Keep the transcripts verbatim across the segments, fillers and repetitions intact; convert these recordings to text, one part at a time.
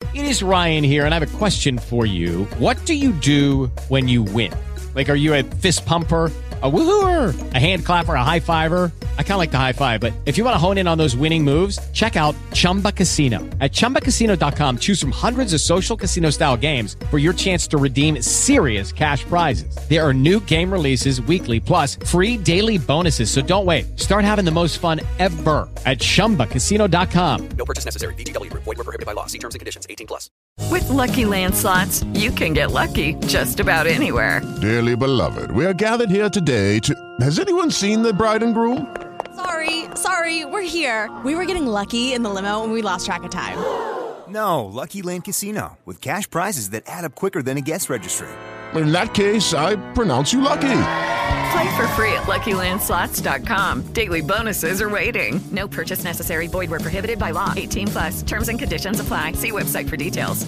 It is Ryan here, and I have a question for you. What do you do when you win? Like, are you a fist pumper, a woohooer, a hand clapper, a high fiver? I kind of like the high five, but if you want to hone in on those winning moves, check out Chumba Casino. At chumba casino dot com, choose from hundreds of social casino style games for your chance to redeem serious cash prizes. There are new game releases weekly, plus free daily bonuses. So don't wait. Start having the most fun ever at chumba casino dot com. No purchase necessary. V G W Group. Void where prohibited by law. See terms and conditions. eighteen plus. With Lucky Land Slots, you can get lucky just about anywhere. Dearly beloved, we are gathered here today to... Has anyone seen the bride and groom? Sorry, sorry, we're here. We were getting lucky in the limo and we lost track of time. No, Lucky Land Casino, with cash prizes that add up quicker than a guest registry. In that case, I pronounce you lucky. Play for free at lucky land slots dot com. Daily bonuses are waiting. No purchase necessary. Void where prohibited by law. eighteen plus. Terms and conditions apply. See website for details.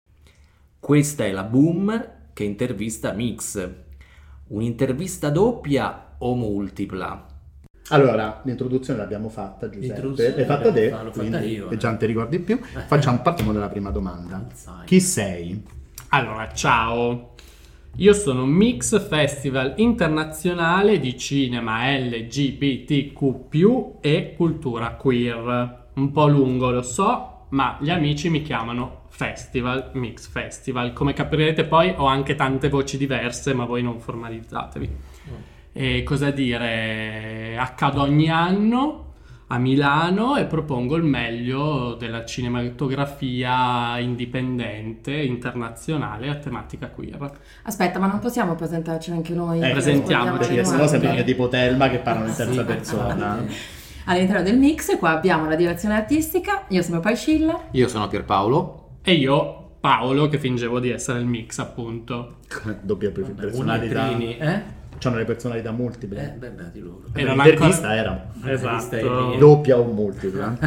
Questa è la Boom che intervista Mix. Un'intervista doppia o multipla? Allora, l'introduzione l'abbiamo fatta, Giuseppe. L'hai fatta te? L'ho fatta io. E già non ti ricordi più. Facciamo, partiamo dalla prima domanda. Chi sei? Allora, ciao. Io sono Mix Festival internazionale di cinema L G B T Q più, e cultura queer. Un po' lungo, lo so, ma gli amici mi chiamano Festival, Mix Festival. Come capirete poi ho anche tante voci diverse, ma voi non formalizzatevi. Mm. E cosa dire, accado ogni anno a Milano e propongo il meglio della cinematografia indipendente, internazionale a tematica queer. Aspetta, ma non possiamo presentarci anche noi? Eh, presentiamoci. Perché sennò sembra tipo Telma che parlano in terza sì, persona. All'interno del Mix qua abbiamo la direzione artistica, io sono Paiscilla. Io sono Pierpaolo. E io Paolo, che fingevo di essere il Mix, appunto. Doppia personalità. Eh? C'hanno le personalità multiple. Eh, beh, beh, di loro. E l'intervista era esatto. doppia o multipla.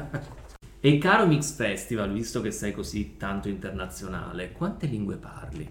E caro Mix Festival, visto che sei così tanto internazionale, quante lingue parli?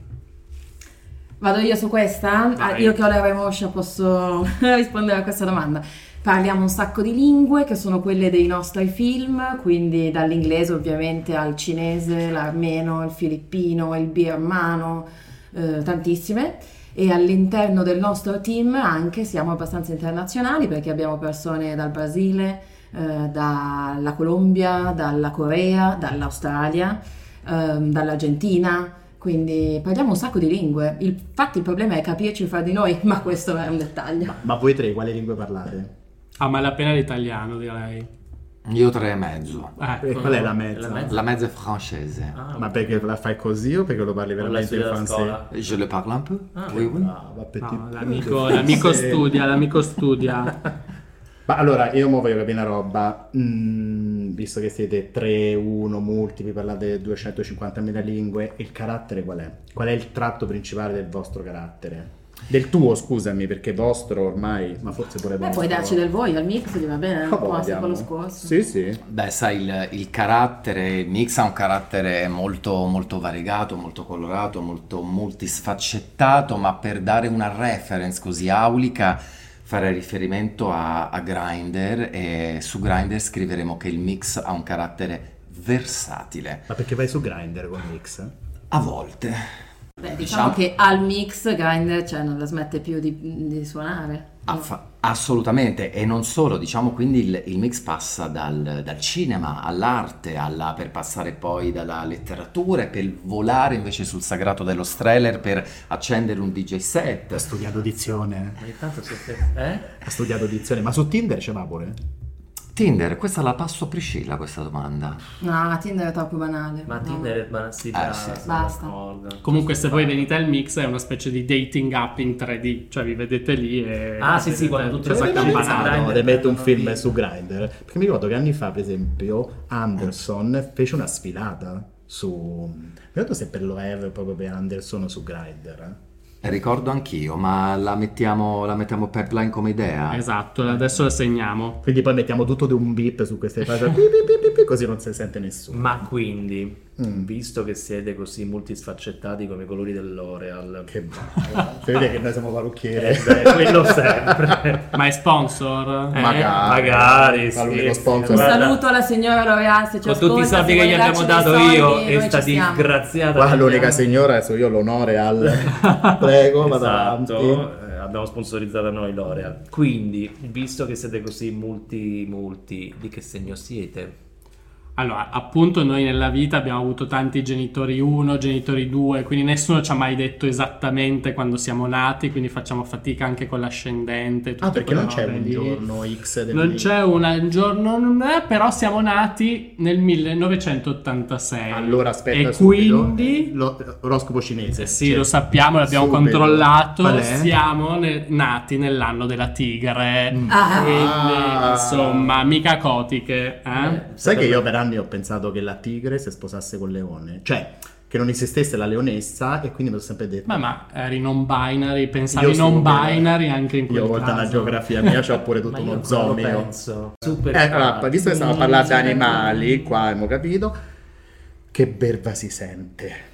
Vado io su questa? Ah, io che ho la remoscia posso rispondere a questa domanda. Parliamo un sacco di lingue che sono quelle dei nostri film, quindi dall'inglese ovviamente al cinese, l'armeno, il filippino, il birmano, eh, tantissime. E all'interno del nostro team anche siamo abbastanza internazionali perché abbiamo persone dal Brasile, eh, dalla Colombia, dalla Corea, dall'Australia, eh, dall'Argentina, quindi parliamo un sacco di lingue. Il, infatti il problema è capirci fra di noi, ma questo è un dettaglio. Ma, ma voi tre quali lingue parlate? A malapena l'italiano, direi. Io tre e mezzo. Ecco. Qual è la mezza? La mezza, la mezza è francese. Ah, ma perché la fai così o perché lo parli veramente in francese? Je le parle un peu. Ah, oui, oui. Ah, no, l'amico, l'amico studia, l'amico studia. Ma allora, io mo voglio capire una roba. Mm, visto che siete tre, uno, multipli, parlate duecentocinquantamila lingue, il carattere qual è? Qual è il tratto principale del vostro carattere? Del tuo, scusami, perché vostro ormai, ma forse pure vostro. Beh, puoi darci del voi al Mix, ti va bene, un po' anche quello scorso. Sì, sì. Beh, sai, il, il carattere, il Mix ha un carattere molto, molto variegato, molto colorato, molto multisfaccettato, ma per dare una reference così aulica farei riferimento a, a Grindr, e su Grindr scriveremo che il Mix ha un carattere versatile. Ma perché vai su Grindr con Mix? A volte. Beh, diciamo, diciamo che al Mix Grindr, cioè, non la smette più di, di suonare. Aff- assolutamente, e non solo, diciamo, quindi il, il Mix passa dal, dal cinema all'arte, alla, per passare poi dalla letteratura e per volare invece sul sagrato dello Streller per accendere un D J set. Ha studiato dizione. Ma intanto siete, eh? Ha studiato dizione, ma su Tinder ce va pure? Tinder, questa la passo a Priscilla questa domanda. No, Tinder è troppo banale. Ma no. Tinder è banale, sì, eh, sì. Basta. Comunque se voi venite al Mix è una specie di dating app in tre D, cioè vi vedete lì e... Ah sì sì, quando tutte le campanate. Ti metto un film su Grindr, perché mi ricordo che anni fa, per esempio, Anderson fece una sfilata su... Mi ricordo se per lo Eve proprio per Anderson su Grindr. Ricordo anch'io, ma la mettiamo, la mettiamo pipeline come idea. Esatto, adesso la segniamo. Quindi poi mettiamo tutto di un beep su queste fasi, così non si sente nessuno. Ma quindi Mm. Visto che siete così multisfaccettati come i colori dell'Oreal. Che bello. Si vede che noi siamo parrucchieri. Eh, beh, quello sempre. Ma è sponsor? Eh, Magari. magari Ma sì, l'unico sì. sponsor. Un Guarda, saluto alla signora L'Oreal se ci con ascolta. tutti i soldi se che vuole gli abbiamo darci dato dei io soldi, e noi sta ci siamo. disgraziata. Qua l'unica abbiamo- signora sono io, l'onore al... Prego, vada Esatto, avanti. eh, abbiamo sponsorizzato noi L'Oreal. Quindi, visto che siete così multi multi, di che segno siete? Allora, appunto noi nella vita abbiamo avuto tanti genitori uno, genitori due, quindi nessuno ci ha mai detto esattamente quando siamo nati, quindi facciamo fatica anche con l'ascendente. tutte Ah, perché quelle non c'è robe un lì. giorno X del Non mese? c'è una- un giorno, non è, però siamo nati nel millenovecentottantasei. Allora aspetta e subito. quindi Lo- l'oroscopo cinese. sì, Cioè, lo sappiamo, l'abbiamo subito. controllato. Qual è? Siamo ne- nati nell'anno della tigre. Ah. Quindi, insomma, mica cotiche. Eh? Sai che io per anni ho pensato che la tigre si sposasse col leone? Cioè, che non esistesse la leonessa e quindi mi sono sempre detto... Ma, ma eri non binary, pensavi Io non subito. binary anche in quel Io oltre alla caso. geografia mia c'ho pure Ma tutto io uno ancora lo zoomio. penso. Super Eh, allora, visto che stiamo a parlare di Mm. animali, qua abbiamo capito, che berva si sente.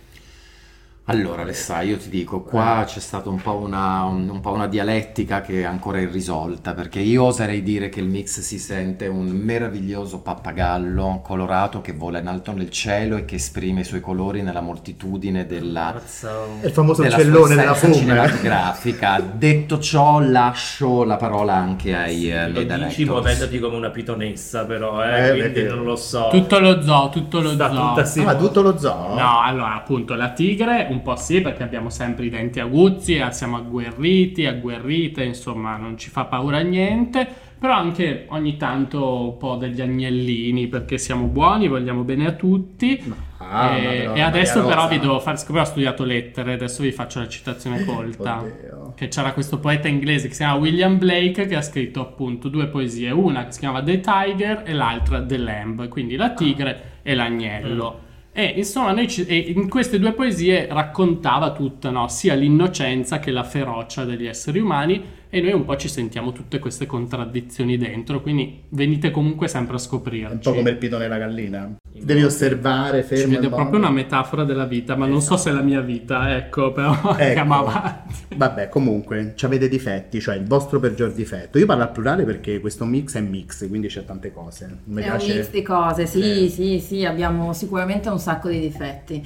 Allora, Alessà, io ti dico, qua c'è stata un po' una, un, un po' una dialettica che è ancora irrisolta, perché io oserei dire che il mix si sente un meraviglioso pappagallo colorato che vola in alto nel cielo e che esprime i suoi colori nella moltitudine della, È il famoso della uccellone sua della essenza fuma. cinematografica. Detto ciò, lascio la parola anche ai eh, Lo miei dici directors. muovendoti come una pitonessa, però, eh, Eh, quindi perché- non lo so. Tutto lo zoo, tutto lo Sta zoo. tutta si- Ah, tutto lo zoo? No, allora appunto la tigre un po' sì, perché abbiamo sempre i denti aguzzi, eh, siamo agguerriti, agguerrite, insomma non ci fa paura niente, però anche ogni tanto un po' degli agnellini, perché siamo buoni, vogliamo bene a tutti. Ah, e, ma però, e adesso Maria però Rosa. vi devo fare, siccome ho studiato lettere, adesso vi faccio la citazione colta. Oddio. Che c'era questo poeta inglese che si chiama William Blake, che ha scritto appunto due poesie, una che si chiama The Tiger e l'altra The Lamb, quindi la tigre e l'agnello. E insomma noi ci- e in queste due poesie raccontava tutta, no? Sia l'innocenza che la ferocia degli esseri umani, e noi un po' ci sentiamo tutte queste contraddizioni dentro, quindi venite comunque sempre a scoprirci. Un po' come il pitone e la gallina. Devi osservare, Ci fermo. vedo il proprio una mondo. metafora della vita, ma non so se è la mia vita, ecco, però Ecco. andiamo avanti. Vabbè, comunque, ci avete difetti, cioè il vostro peggior difetto. Io parlo al plurale perché questo mix è mix, quindi c'è tante cose. Mi È piace... un mix di cose, sì, sì, sì, abbiamo sicuramente un sacco di difetti.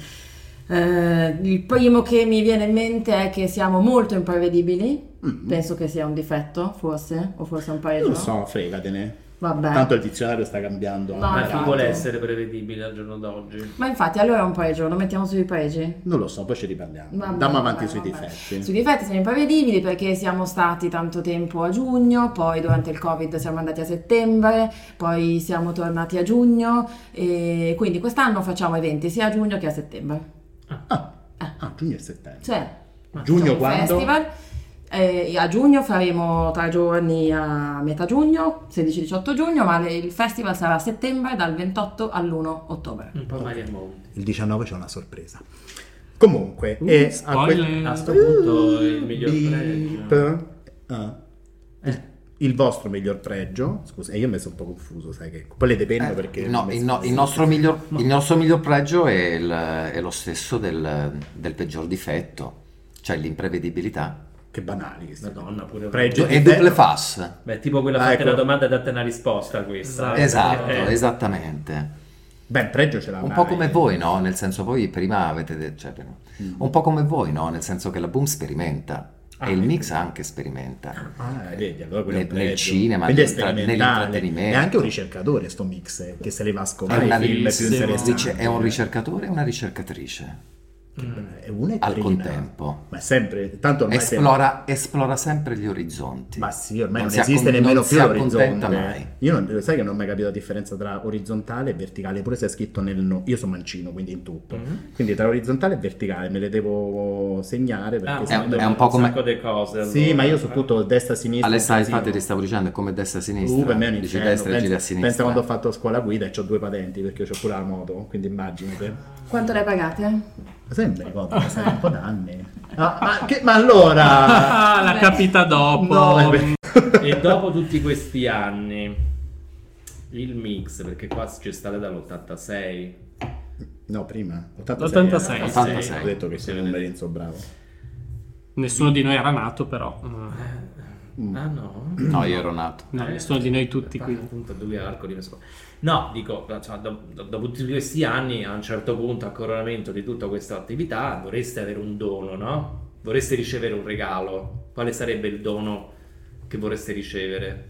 Eh, il primo che mi viene in mente è che siamo molto imprevedibili. Penso che sia un difetto, forse, o forse un pareggio. Non lo so, fregatene. Vabbè. Tanto il dizionario sta cambiando. No, Ma chi infatti. vuole essere prevedibile al giorno d'oggi? Ma infatti, allora è un pareggio, lo mettiamo sui pregi? Non lo so, poi ci riparliamo. Vabbè, Andiamo avanti vabbè, sui vabbè. difetti. Sui difetti siamo imprevedibili perché siamo stati tanto tempo a giugno, poi durante il Covid siamo andati a settembre, poi siamo tornati a giugno e quindi quest'anno facciamo eventi sia a giugno che a settembre. Ah, giugno e settembre. Cioè, Giugno facciamo un quando? festival. Eh, a giugno faremo tre giorni a metà giugno, sedici diciotto giugno, ma le- il festival sarà a settembre dal ventotto all'uno ottobre. Un po' Maria Monti. Il diciannove c'è una sorpresa. Comunque, Uh, e spoiler. A sto punto il miglior Beep. pregio. Ah. Il, il vostro miglior pregio, scusa, e io mi sono un po' confuso, sai che poi le depenno Eh, perché no, il, no- il nostro miglior, il nostro miglior pregio è, il- è lo stesso del, del peggior difetto, cioè l'imprevedibilità. che banali che siete. Madonna, pure Pregio E di duple bello. fas. Beh, tipo quella Ah, fatta ecco. una domanda e date una risposta questa. Esatto, Eh, esattamente. Beh, il pregio ce l'ha Un po' come voi, no? Nel senso, voi prima avete detto, cioè, però- un po' come voi, no? Nel senso che la Boom sperimenta Ah, e il ecco. mix anche sperimenta. Ah, vedi, allora quello è un Nel- nel pregio. cinema, Quindi è nell'intra- sperimentale. nell'intrattenimento. È anche un ricercatore sto mix, eh, che se le va a È, scovare una i film più bellissima. interessanti. rice- è un ricercatore e una ricercatrice È una e al trina. contempo. Ma è sempre, tanto ormai Esplora, esplora sempre gli orizzonti. Ma sì, ormai non, si esiste accon- nemmeno non più si accontenta l'orizzonte. mai. Io non, sai che non ho mai capito la differenza tra orizzontale e verticale, pure se è scritto nel no. Io sono mancino, quindi in tutto. Mm-hmm. Quindi tra orizzontale e verticale me le devo segnare perché Ah, sennò è- devo- è un po' come- sacco di cose. Sì, allora. ma io sono tutto destra-sinistra. Alessà, casino. infatti, ti stavo dicendo, è come destra-sinistra. Uh, per me è un Dici inferno. destra e giri a pensa, sinistra. pensa quando ho fatto scuola guida e ho due patenti perché ho pure la moto, quindi immaginate. Quanto le pagate? Ma sai, non mi ricordo, è stato un po' d'anni. Ah, ma, che, ma allora... Ah, la capita dopo. No, è vero. E dopo tutti questi anni, il mix, perché qua c'è stato dall'ottantasei. No, prima. ottantasei. ottantasei, eh? sì. ottantasei. Ho detto che sei un numeri so bravo. Nessuno di noi era nato, però. Mm. Ah no? No, io ero nato. No, nessuno di noi tutti qui. Appunto, due arco di mescola. No, dico, cioè, dopo, dopo tutti questi anni, a un certo punto, a coronamento di tutta questa attività, vorreste avere un dono, no? Vorreste ricevere un regalo. Quale sarebbe il dono che vorreste ricevere?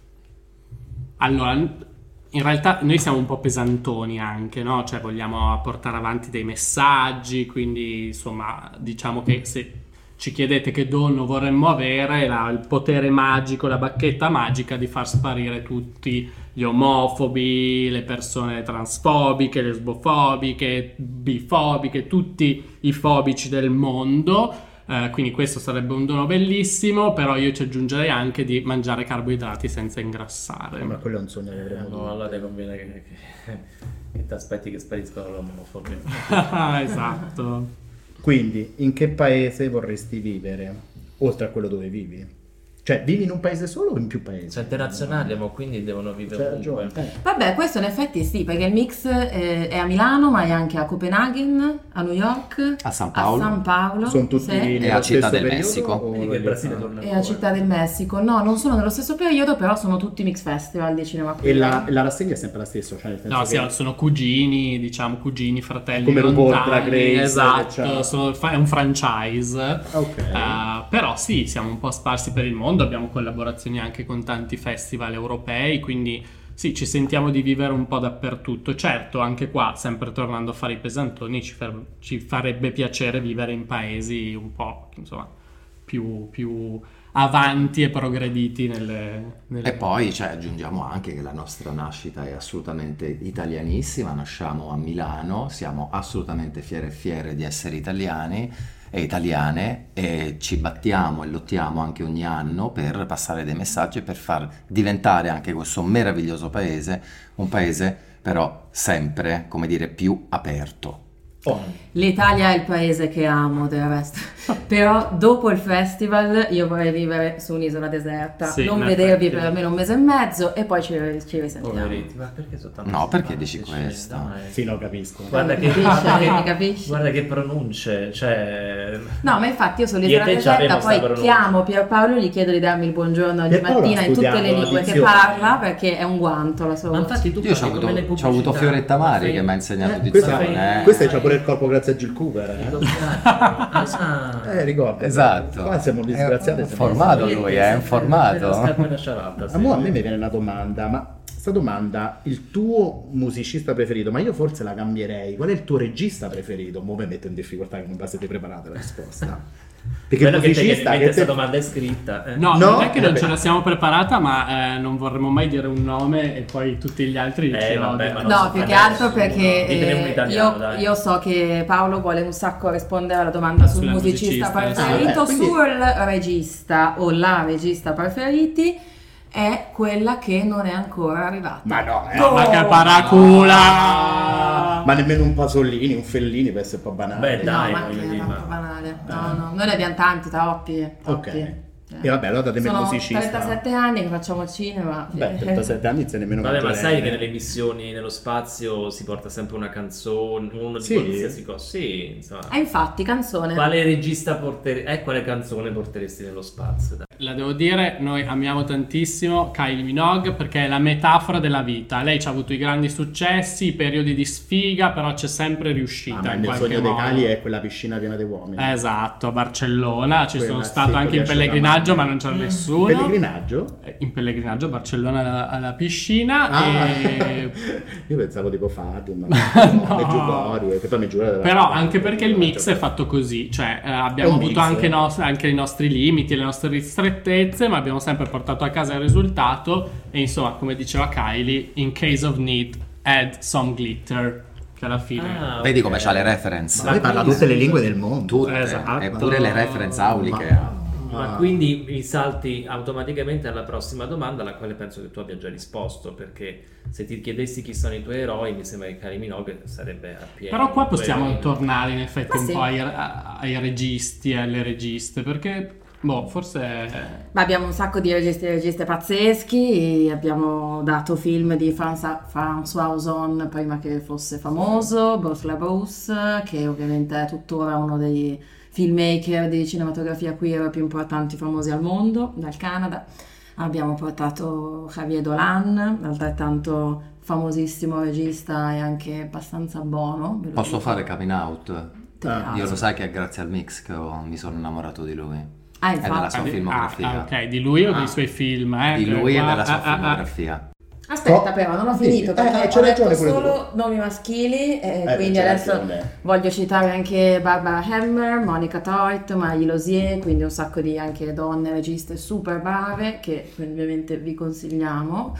Allora, in realtà noi siamo un po' pesantoni anche, no? Cioè vogliamo portare avanti dei messaggi, quindi insomma diciamo che se ci chiedete che dono vorremmo avere, la, il potere magico, la bacchetta magica di far sparire tutti gli omofobi, le persone transfobiche, lesbofobiche, bifobiche, tutti i fobici del mondo. Uh, quindi questo sarebbe un dono bellissimo, però io ci aggiungerei anche di mangiare carboidrati senza ingrassare. Ma quello è un sogno che avremo. No, allora ti conviene che, che, che ti aspetti che spariscono l'omofobia. Esatto. Quindi, in che paese vorresti vivere, oltre a quello dove vivi? Cioè, vivi in un paese solo o in più paesi? Cioè, internazionali, ma quindi devono vivere C'è ovunque. ragione. Eh. Vabbè, questo in effetti sì, perché il mix eh, è a Milano, ma è anche a Copenaghen, a New York, A San Paolo. a San Paolo, Sono tutti sì, E nello a Città stesso del periodo, Messico. o Quindi che il Brasile torna e a ancora. Città del Messico. No, non sono nello stesso periodo, però sono tutti mix festival di cinema. E la, la rassegna è sempre la stessa, cioè nel senso No, che sì, sono cugini, diciamo cugini, fratelli Come RuPaul, lontani, Drag Race, esatto, cioè. sono- fa- è un franchise. Ok. Uh, però sì, siamo un po' sparsi per il mondo, abbiamo collaborazioni anche con tanti festival europei, quindi sì, ci sentiamo di vivere un po' dappertutto. Certo, anche qua, sempre tornando a fare i pesantoni, ci, fer- ci farebbe piacere vivere in paesi un po', insomma, più, più avanti e progrediti nelle, nelle... E poi cioè, aggiungiamo anche che la nostra nascita è assolutamente italianissima, nasciamo a Milano, siamo assolutamente fiere e fiere di essere italiani e italiane e ci battiamo e lottiamo anche ogni anno per passare dei messaggi e per far diventare anche questo meraviglioso paese un paese però sempre, come dire, più aperto. L'Italia è il paese che amo del resto. Però dopo il festival io vorrei vivere su un'isola deserta, Sì, non in vedervi effetti. per almeno un mese e mezzo e poi ci, ci risentiamo. Poveretti, ma perché sono tanti No, perché simpatici? dici questo? Dai. Sì, no, capisco. Guarda che, Capisci? guarda che- Mi capisci? guarda che pronunce, cioè... No, ma infatti io sono Io e l'isola te deserta, c'avevo sta poi pronuncia. chiamo Pierpaolo e gli chiedo di darmi il buongiorno ogni Pierpaolo mattina ha in tutte le studiato lingue che addizione. parla, perché è un guanto la sua Ma voce. infatti tu Io c'ho parli avuto, come le c'ho avuto pubblicità. Fioretta Mari Ma che mi ha fai- insegnato Eh, di questa, eh. questa è già pure il corpo grazie a Gil Cooper, eh? Ah, Eh, ricordo. Esatto. Qua siamo disgraziati. È formato lui, è informato. A mo' a me mi viene una domanda, ma sta domanda, il tuo musicista preferito, ma io forse la cambierei. Qual è il tuo regista preferito? Mo' mi metto in difficoltà che non vi siete preparate la risposta. Perché il Quello che te musicista che che questa te... domanda è scritta. eh. No, No, non è che non vabbè. ce la siamo preparata, ma eh, non vorremmo mai dire un nome e poi tutti gli altri Eh, ci vabbè, odiano. ma non No, so più che fare altro nessuno. perché Ditene un eh, italiano, io, dai. io so che Paolo vuole un sacco rispondere alla domanda sul Sulla musicista, musicista, preferito, ah, beh, quindi- sul regista o la regista preferiti, è quella che non è ancora arrivata. Ma no, eh. Oh! Ma che paracula! Ma nemmeno un Pasolini, un Fellini per essere un po' banale. Beh, No, dai, ma voglio che è dire, tanto ma- banale. No, no, noi ne abbiamo tanti, troppi. troppi. Ok. E vabbè, allora datemi il Sono musicista. trentasette anni che facciamo cinema. Beh, trentasette anni se nemmeno Vabbè, ma maggiorenne. sai che nelle missioni nello spazio si porta sempre una canzone, uno di Sì. qualsiasi cosa. Sì, insomma. E infatti, canzone. Quale regista porteresti? Eh, quale canzone porteresti nello spazio? Dai. La devo dire, noi amiamo tantissimo Kylie Minogue perché è la metafora della vita. Lei ci ha avuto i grandi successi, i periodi di sfiga, però c'è sempre riuscita Ah, ma in il qualche sogno dei modo. cali è quella piscina piena di uomini. Esatto, a Barcellona, ci Quella, sono sì, stato con anche gli in pellegrinaggio, ma non c'era nessuno. Pellegrinaggio? Eh, In pellegrinaggio a Barcellona alla, alla piscina Ah. e... Io pensavo tipo Fatima, no. Meggiugorio, che poi Meggiugorio Però anche perché il mix è fatto così, cioè eh, abbiamo È un avuto mix. anche, nos- anche i nostri limiti, le nostre ristrettezze, ma abbiamo sempre portato a casa il risultato e insomma, come diceva Kylie, in case of need, add some glitter, che alla fine... Ah, Vedi ok. come c'ha le reference? Lei parla tutte le lingue del mondo. Tutte, Esatto. eppure le reference auliche ha. Ma quindi mi salti automaticamente alla prossima domanda, alla quale penso che tu abbia già risposto, perché se ti chiedessi chi sono i tuoi eroi, mi sembra che Kylie Minogue sarebbe a piedi. Però qua Poi- possiamo tornare in effetti Ma un sì. po' ai, a- ai registi e alle registe, perché Boh, forse... Ma abbiamo un sacco di registi e registe pazzeschi, abbiamo dato film di Franza- François Ozon prima che fosse famoso, Bruce LaBruce, che ovviamente è tuttora uno dei filmmaker di cinematografia queer più importanti, famosi al mondo, dal Canada. Abbiamo portato Javier Dolan, altrettanto famosissimo regista e anche abbastanza buono. Posso fare coming out? Ah, Io sì. lo sai che è grazie al mix che ho- mi sono innamorato di lui. Ah, E infatti. della sua Ah, di- filmografia. ah, ok, di lui o Ah. dei suoi film? Eh? Di lui e Qua- della sua ah, ah, ah. filmografia. Aspetta però, non ho Sì, finito eh, perché c'hai ho detto ragione pure tu. solo nomi maschili e Eh, quindi c'hai adesso ragione. voglio citare anche Barbara Hammer, Monica Toit, Marie Losier, quindi un sacco di anche donne registe super brave che ovviamente vi consigliamo.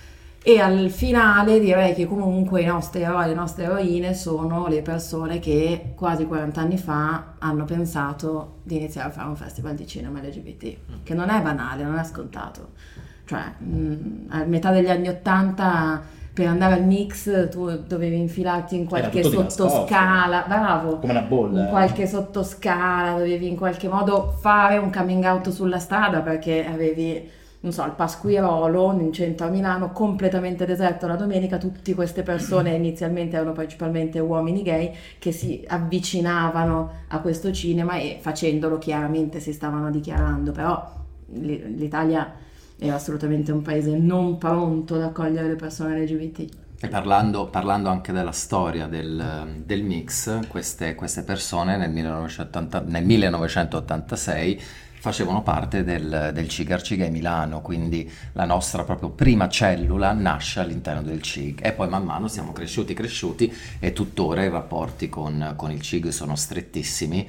E al finale direi che comunque i nostri eroi e le nostre eroine sono le persone che quasi quaranta anni fa hanno pensato di iniziare a fare un festival di cinema L G B T, che non è banale, non è scontato. Cioè, mh, a metà degli anni Ottanta per andare al mix tu dovevi infilarti in qualche tutto di nascosto. sottoscala, bravo, Come una bolla. in qualche sottoscala, dovevi in qualche modo fare un coming out sulla strada perché avevi, non so, il Pasquirolo in centro a Milano completamente deserto la domenica, tutte queste persone inizialmente erano principalmente uomini gay che si avvicinavano a questo cinema e facendolo chiaramente si stavano dichiarando, però l- l'Italia era assolutamente un paese non pronto ad accogliere le persone L G B T. E parlando, parlando anche della storia del, del mix, queste, queste persone nel, millenovecentottanta nel millenovecentottantasei facevano parte del, del C I G Arci Gay Milano, quindi la nostra proprio prima cellula nasce all'interno del C I G e poi man mano siamo cresciuti cresciuti e tuttora i rapporti con, con il C I G sono strettissimi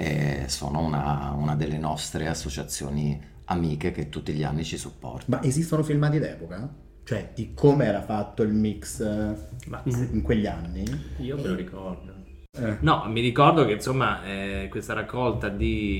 e sono una, una delle nostre associazioni amiche che tutti gli anni ci supportano. Ma esistono filmati d'epoca? Cioè, di come era fatto il mix eh, Ma in quegli anni? io me lo ricordo. Eh. No, mi ricordo che insomma eh, questa raccolta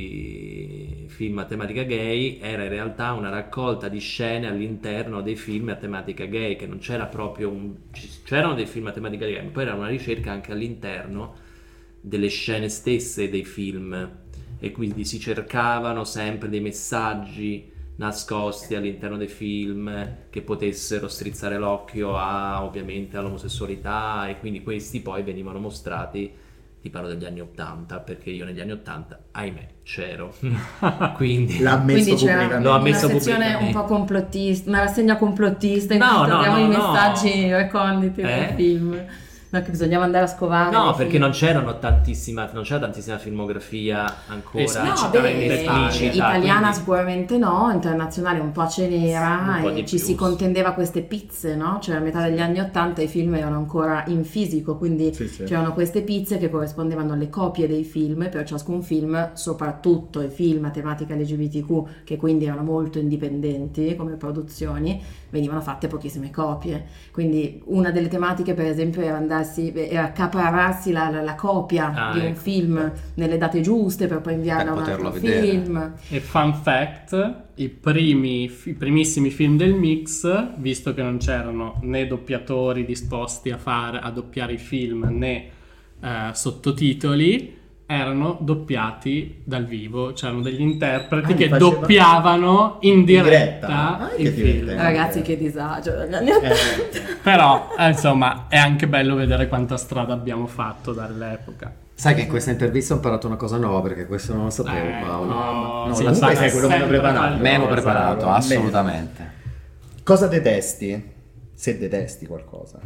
di film a tematica gay era in realtà una raccolta di scene all'interno dei film a tematica gay, che non c'era proprio un... c'erano dei film a tematica gay, ma poi era una ricerca anche all'interno delle scene stesse dei film e quindi si cercavano sempre dei messaggi nascosti all'interno dei film che potessero strizzare l'occhio a ovviamente all'omosessualità e quindi questi poi venivano mostrati, ti parlo degli anni ottanta perché io negli anni ottanta ahimè c'ero quindi L'ha ammesso Quindi c'era pubblicamente. L'ho una ammesso sezione un pubblicamente. po' complottista, una rassegna complottista in No, cui no, troviamo no, i no. messaggi reconditi Eh? del film. No, che bisognava andare a scovare. no nei perché film. non c'erano tantissima non c'era tantissima filmografia ancora Esplicita. No, beh, esplicita, italiana quindi- sicuramente no, internazionale un po' ce n'era Un po' e di ci più, si sì. contendeva queste pizze, no? Cioè a metà degli anni ottanta i film erano ancora in fisico, quindi Sì, sì. c'erano queste pizze che corrispondevano alle copie dei film, per ciascun film, soprattutto i film a tematica L G B T Q, che quindi erano molto indipendenti come produzioni, venivano fatte pochissime copie. Quindi una delle tematiche per esempio era andarsi, era accaparrarsi la, la, la copia Ah, di un ecco. film nelle date giuste per poi inviarla a Per un altro poterlo vedere. film. E fun fact, i, primi, i primissimi film del mix, visto che non c'erano né doppiatori disposti a fare a doppiare i film né eh, sottotitoli, erano doppiati dal vivo, c'erano degli interpreti Ah, che li faceva- doppiavano in diretta, diretta? Ah, i che film. divertente. Ragazzi, che disagio degli anni Eh, ottanta. Però eh, insomma è anche bello vedere quanta strada abbiamo fatto dall'epoca. Sai che in questa intervista ho imparato una cosa nuova perché questo non lo sapevo, Eh, Paolo. no, no, sì, la sai, sai quello meno sempre preparato. qualcosa. Meno preparato, Meno. assolutamente. Cosa detesti? Se detesti qualcosa.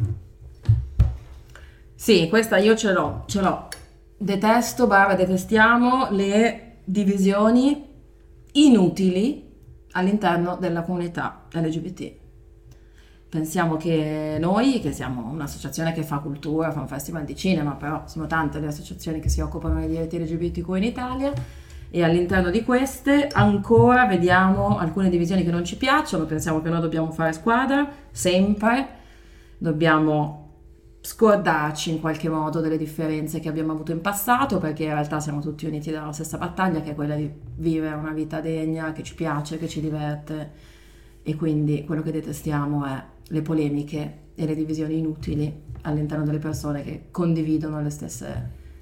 Sì, questa io ce l'ho, ce l'ho. Detesto, barra detestiamo le divisioni inutili all'interno della comunità L G B T. Pensiamo che noi, che siamo un'associazione che fa cultura, fa un festival di cinema, però sono tante le associazioni che si occupano dei diritti L G B T Q in Italia e all'interno di queste ancora vediamo alcune divisioni che non ci piacciono, pensiamo che noi dobbiamo fare squadra, sempre, dobbiamo scordarci in qualche modo delle differenze che abbiamo avuto in passato, perché in realtà siamo tutti uniti dalla stessa battaglia, che è quella di vivere una vita degna, che ci piace, che ci diverte, e quindi quello che detestiamo è le polemiche e le divisioni inutili all'interno delle persone che condividono le stesse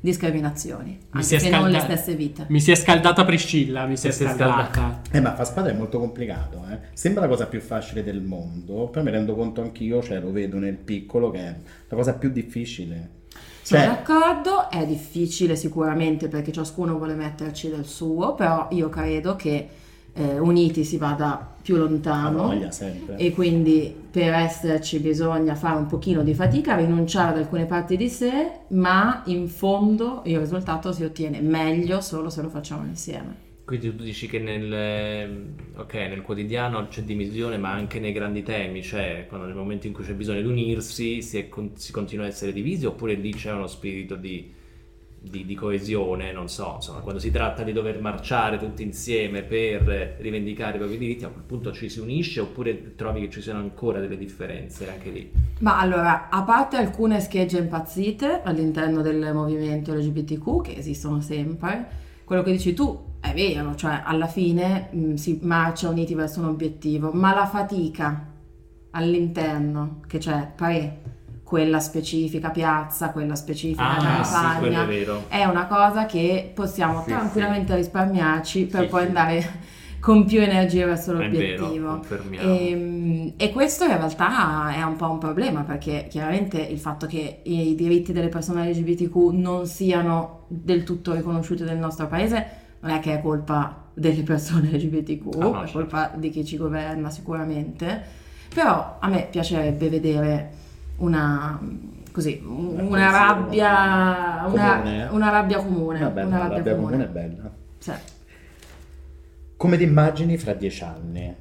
discriminazioni, Mi anche si è se non le scalda- stesse vite. Mi si è scaldata Priscilla, mi si è Si è scaldata. Eh, ma fa squadra è molto complicato, eh. Sembra la cosa più facile del mondo, poi mi rendo conto anch'io, cioè lo vedo nel piccolo, che è la cosa più difficile. Sono Cioè, d'accordo, è difficile sicuramente perché ciascuno vuole metterci del suo, però io credo che eh, uniti si vada più ha lontano voglia sempre. e quindi per esserci bisogna fare un pochino di fatica, rinunciare ad alcune parti di sé, ma in fondo il risultato si ottiene meglio solo se lo facciamo insieme. Quindi tu dici che nel, ok, nel quotidiano c'è divisione, ma anche nei grandi temi, cioè quando nel momento in cui c'è bisogno di unirsi si, è, si continua a essere divisi, oppure lì c'è uno spirito di, di, di coesione, non so, insomma, quando si tratta di dover marciare tutti insieme per rivendicare i propri diritti, a quel punto ci si unisce, oppure trovi che ci siano ancora delle differenze anche lì? Ma allora, a parte alcune schegge impazzite all'interno del movimento L G B T Q che esistono sempre, quello che dici tu è vero, cioè alla fine mh, si marcia uniti verso un obiettivo, ma la fatica all'interno che c'è, pare quella specifica piazza, quella specifica Ah, sì, campagna, quello è vero. è una cosa che possiamo Sì, tranquillamente risparmiarci per Sì, poi sì. andare con più energia verso È vero, l'obiettivo. confermiamo. E, e questo in realtà è un po' un problema, perché chiaramente il fatto che i diritti delle persone L G B T Q non siano del tutto riconosciuti nel nostro paese non è che è colpa delle persone L G B T Q, Ah, no, è certo. colpa di chi ci governa sicuramente, però a me piacerebbe vedere una così una rabbia una, comune. una rabbia comune, Vabbè, una la rabbia rabbia comune. comune è bella. Sì. Come ti immagini fra dieci anni?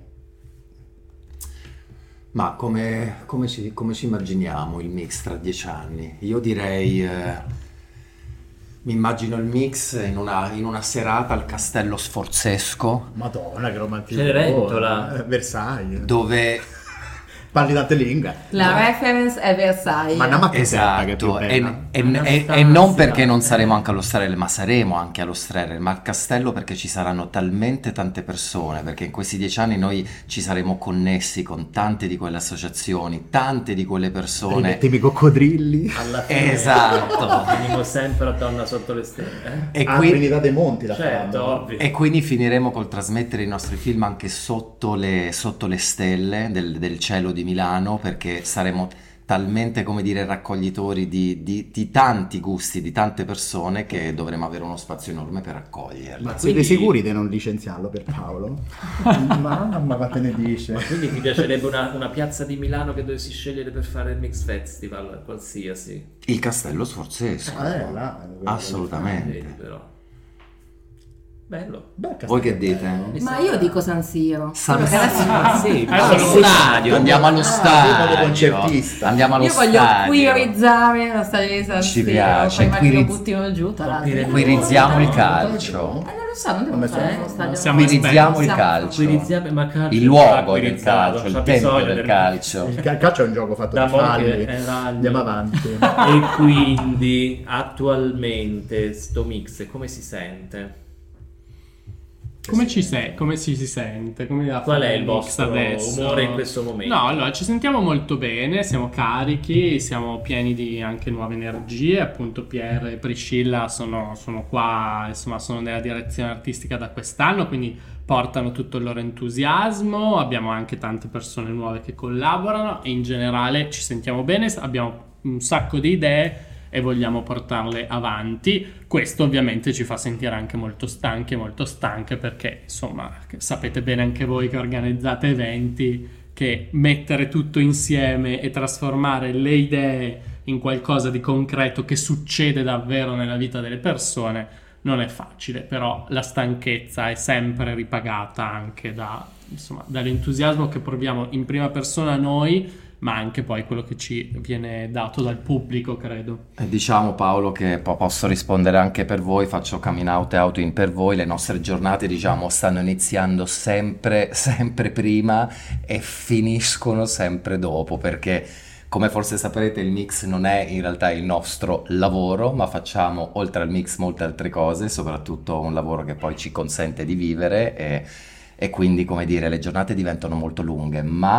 Ma come, come ci, come ci immaginiamo il mix tra dieci anni? Io direi, eh, mi immagino il mix in una, in una serata al Castello Sforzesco, Madonna, che romantico. Cenerentola. Eh, Versailles. dove... Parli tante lingue. La reference è Versailles. Ma una macchietta che è più Esatto, e, bella. e- Anastasia. e- e non perché non saremo anche allo Strele, ma saremo anche allo Strele, ma al castello perché ci saranno talmente tante persone, perché in questi dieci anni noi ci saremo connessi con tante di quelle associazioni, tante di quelle persone. Rimettimi i coccodrilli. Alla fine Esatto. venimo sempre a Donna sotto le stelle, eh? E, Ah, qui- Trinità dei Monti la Certo, faranno. ovvio. e quindi finiremo col trasmettere i nostri film anche sotto le, sotto le stelle del, del cielo di Milano, perché saremo talmente, come dire, raccoglitori di, di- di tanti gusti, di tante persone, che dovremo avere uno spazio enorme per accoglierli. Ma Quindi- siete sicuri di non licenziarlo per Paolo? Mamma, quante ne dice? Quindi ti piacerebbe una, una piazza di Milano che dovessi scegliere per fare il Mix Festival, qualsiasi? Il Castello Sforzesco, Ah, eh, là, assolutamente. Vedi, però. Bello. Beh, Voi che dite? Ma io dico San Siro. San Solo che adesso- Siro, sì, Allo allo stadio. stadio, andiamo allo Ah, stadio, tipo concertista. andiamo allo Io voglio stadio. queerizzare la stadio di San Ci Siro, piace, prima che lo queeriz- buttino giù, tra l'altro. Queeriz- Queerizziamo il calcio, Eh, non lo so, non devo Come fare sono? lo stadio. Siamo queerizziamo il Siamo- calcio, Queerizziamo- ma calcio il non luogo va del queerizzato, calcio, il c'ha tempio bisogno del del- calcio. Il cal- calcio è un gioco fatto Da di mo' falli. che è ragno. Andiamo avanti. E quindi attualmente sto mix come si sente? Come ci sei? Come ci si sente? Come la Qual è fai il mix vostro adesso? umore in questo momento? No, allora ci sentiamo molto bene, siamo carichi, siamo pieni di anche nuove energie. Appunto Pier e Priscilla sono, sono qua, insomma sono nella direzione artistica da quest'anno, quindi portano tutto il loro entusiasmo. Abbiamo anche tante persone nuove che collaborano e in generale ci sentiamo bene, abbiamo un sacco di idee e vogliamo portarle avanti. Questo ovviamente ci fa sentire anche molto stanchi e molto stanche, perché insomma sapete bene anche voi che organizzate eventi che mettere tutto insieme e trasformare le idee in qualcosa di concreto che succede davvero nella vita delle persone non è facile, però la stanchezza è sempre ripagata anche da, insomma, dall'entusiasmo che proviamo in prima persona noi, ma anche poi quello che ci viene dato dal pubblico, credo. E diciamo, Paolo, che po- posso rispondere anche per voi, faccio coming out e out in per voi, le nostre giornate, diciamo, stanno iniziando sempre, sempre prima e finiscono sempre dopo, perché come forse saprete il mix non è in realtà il nostro lavoro, ma facciamo oltre al mix molte altre cose, soprattutto un lavoro che poi ci consente di vivere, e, e quindi, come dire, le giornate diventano molto lunghe, ma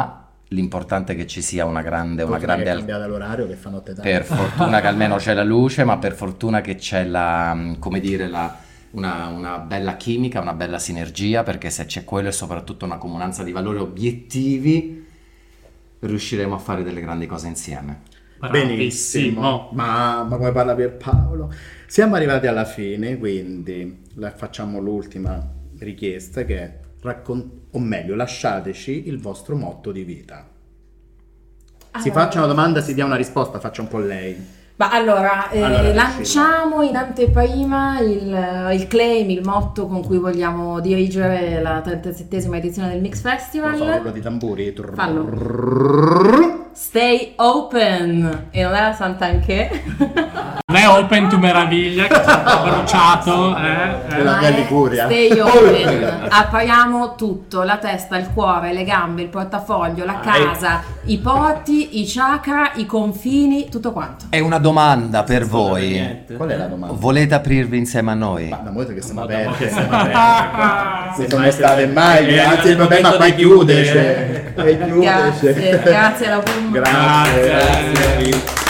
l'importante è che ci sia una grande, una grande Che è al- cambiato l'orario, che fa notte tardi. per fortuna che almeno c'è la luce, ma per fortuna che c'è la, come dire, la, una, una bella chimica, una bella sinergia, perché se c'è quello e soprattutto una comunanza di valori obiettivi, riusciremo a fare delle grandi cose insieme. Benissimo, ma, ma come parla Pierpaolo? Siamo arrivati alla fine, quindi la- facciamo l'ultima richiesta, che è raccon- o meglio, lasciateci il vostro motto di vita. Si Allora. faccia una domanda, si dia una risposta, faccia un po' lei. Ma allora, eh, Allora, lanciamo in anteprima il, il claim, il motto con cui vogliamo dirigere la trentasettesima edizione del Mix Festival. Non so, quello di tamburi. Fallo. Stay open. E non è la Sant'Anché. Non è open to meraviglia che ci ha bruciato, eh, eh. La mia Liguria. Stay open. Apriamo tutto, la testa, il cuore, le gambe, il portafoglio, la casa, i porti, i chakra, i confini, tutto quanto. È una domanda per voi. Qual è la domanda? Volete aprirvi insieme a noi? Ma da molto che siamo Ma da aperti, molto siamo che aperti. Se non Mai state siamo- mai, Eh, anzi è il vabbè, ma momento qua di chiude, chiudere. cioè. E chiude, Grazie, cioè. grazie alla Boom. Grazie, Grazie. grazie.